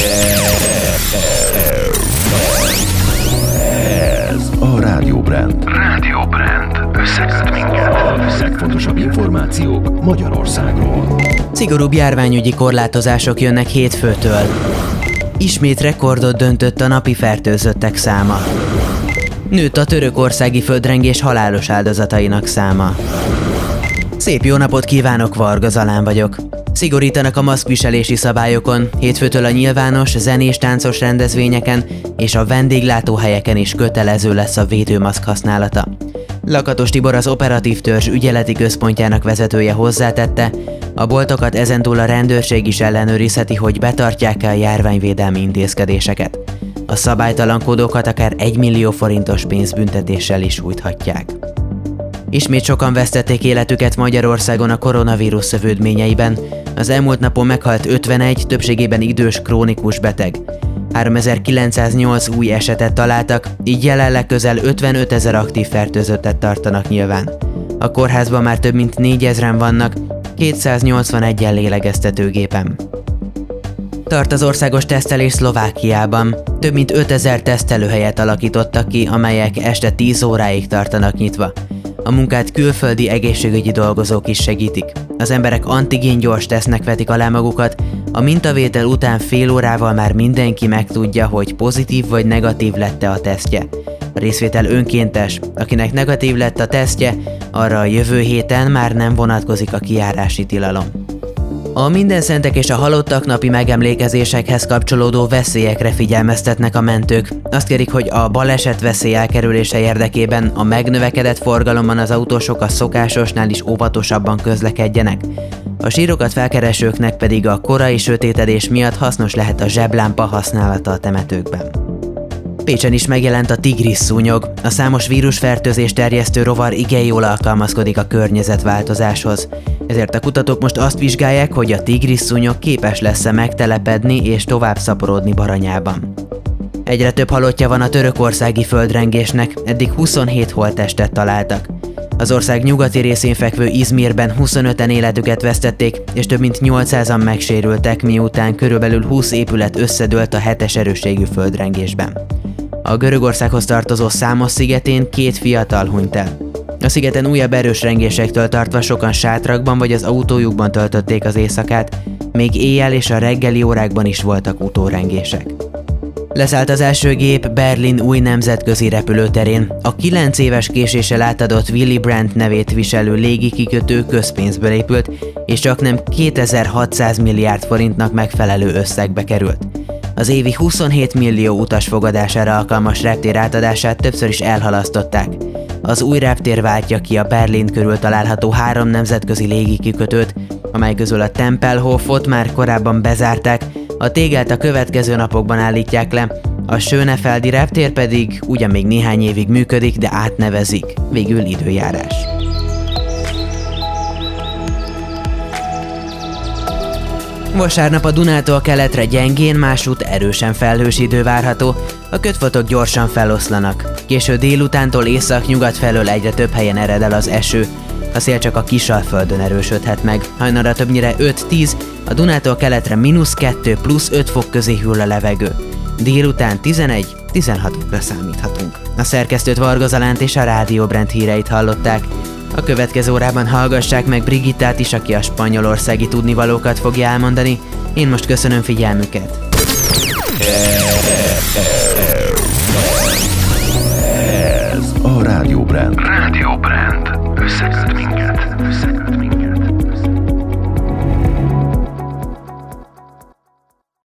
Ez a Rádió Brand. Rádió Brand. Összeköt minket. A legfontosabb információk Magyarországról. Szigorúbb járványügyi korlátozások jönnek hétfőtől. Ismét rekordot döntött a napi fertőzöttek száma. Nőtt a törökországi földrengés halálos áldozatainak száma. Szép jó napot kívánok, Varga Zalán vagyok. Szigorítanak a maszkviselési szabályokon, hétfőtől a nyilvános, zenés-táncos rendezvényeken és a vendéglátóhelyeken is kötelező lesz a védőmaszk használata. Lakatos Tibor, az operatív törzs ügyeleti központjának vezetője hozzátette, a boltokat ezentúl a rendőrség is ellenőrizheti, hogy betartják-e a járványvédelmi intézkedéseket. A szabálytalankodókat akár 1 millió forintos pénzbüntetéssel is sújthatják. Ismét sokan vesztették életüket Magyarországon a koronavírus szövődményeiben. Az elmúlt napon meghalt 51, többségében idős krónikus beteg. 3908 új esetet találtak, így jelenleg közel 55 000 aktív fertőzöttet tartanak nyilván. A kórházban már több mint 4000-en vannak, 281-en lélegeztetőgépen. Tart az országos tesztelés Szlovákiában. Több mint 5000 tesztelőhelyet alakítottak ki, amelyek este 10 óráig tartanak nyitva. A munkát külföldi egészségügyi dolgozók is segítik. Az emberek antigén gyors tesztnek vetik alá magukat, a mintavétel után fél órával már mindenki megtudja, hogy pozitív vagy negatív lett-e a tesztje. A részvétel önkéntes, akinek negatív lett a tesztje, arra a jövő héten már nem vonatkozik a kijárási tilalom. A mindenszentek és a halottak napi megemlékezésekhez kapcsolódó veszélyekre figyelmeztetnek a mentők. Azt kérik, hogy a baleset veszély elkerülése érdekében a megnövekedett forgalomban az autósok a szokásosnál is óvatosabban közlekedjenek. A sírokat felkeresőknek pedig a korai sötétedés miatt hasznos lehet a zseblámpa használata a temetőkben. Pécsen is megjelent a tigrisszúnyog. A számos vírusfertőzést terjesztő rovar igen jól alkalmazkodik a környezetváltozáshoz. Ezért a kutatók most azt vizsgálják, hogy a tigrisszúnyog képes lesz-e megtelepedni és tovább szaporodni Baranyában. Egyre több halottja van a törökországi földrengésnek, eddig 27 holttestet találtak. Az ország nyugati részén fekvő Izmirben 25-en életüket vesztették, és több mint 800-an megsérültek, miután körülbelül 20 épület összedőlt a 7-es erősségű földrengésben. A Görögországhoz tartozó Számosz szigetén 2 fiatal hunyt el. A szigeten újabb erős rengésektől tartva sokan sátrakban vagy az autójukban töltötték az éjszakát, még éjjel és a reggeli órákban is voltak utórengések. Leszállt az első gép Berlin új nemzetközi repülőterén. A 9 éves késéssel átadott Willy Brandt nevét viselő légikikötő közpénzből épült, és csaknem 2600 milliárd forintnak megfelelő összegbe került. Az évi 27 millió utas fogadására alkalmas reptér átadását többször is elhalasztották. Az új reptér váltja ki a Berlin körül található 3 nemzetközi légikikötőt, amely közül a Tempelhofot már korábban bezárták, a Tegelt a következő napokban állítják le, a Schönefeldi reptér pedig ugyan még néhány évig működik, de átnevezik, végül időjárás. Vasárnap a Dunától keletre gyengén, másút erősen felhős idő várható, a kötfotok gyorsan feloszlanak. Késő délutántól észak-nyugat felől egyre több helyen ered el az eső, a szél csak a Kisalföldön erősödhet meg, hajnalra többnyire 5-10, a Dunától keletre -2 plusz 5 fok közé hűl a levegő. Délután 11-16-okra számíthatunk. A szerkesztőt, Varga Zalánt és a Rádió Brand híreit hallották. A következő órában hallgassák meg Brigittát is, aki a spanyolországi tudnivalókat fogja elmondani. Én most köszönöm figyelmüket. Ez a Rádió Brand. Rádió Brand. Összeköt minket.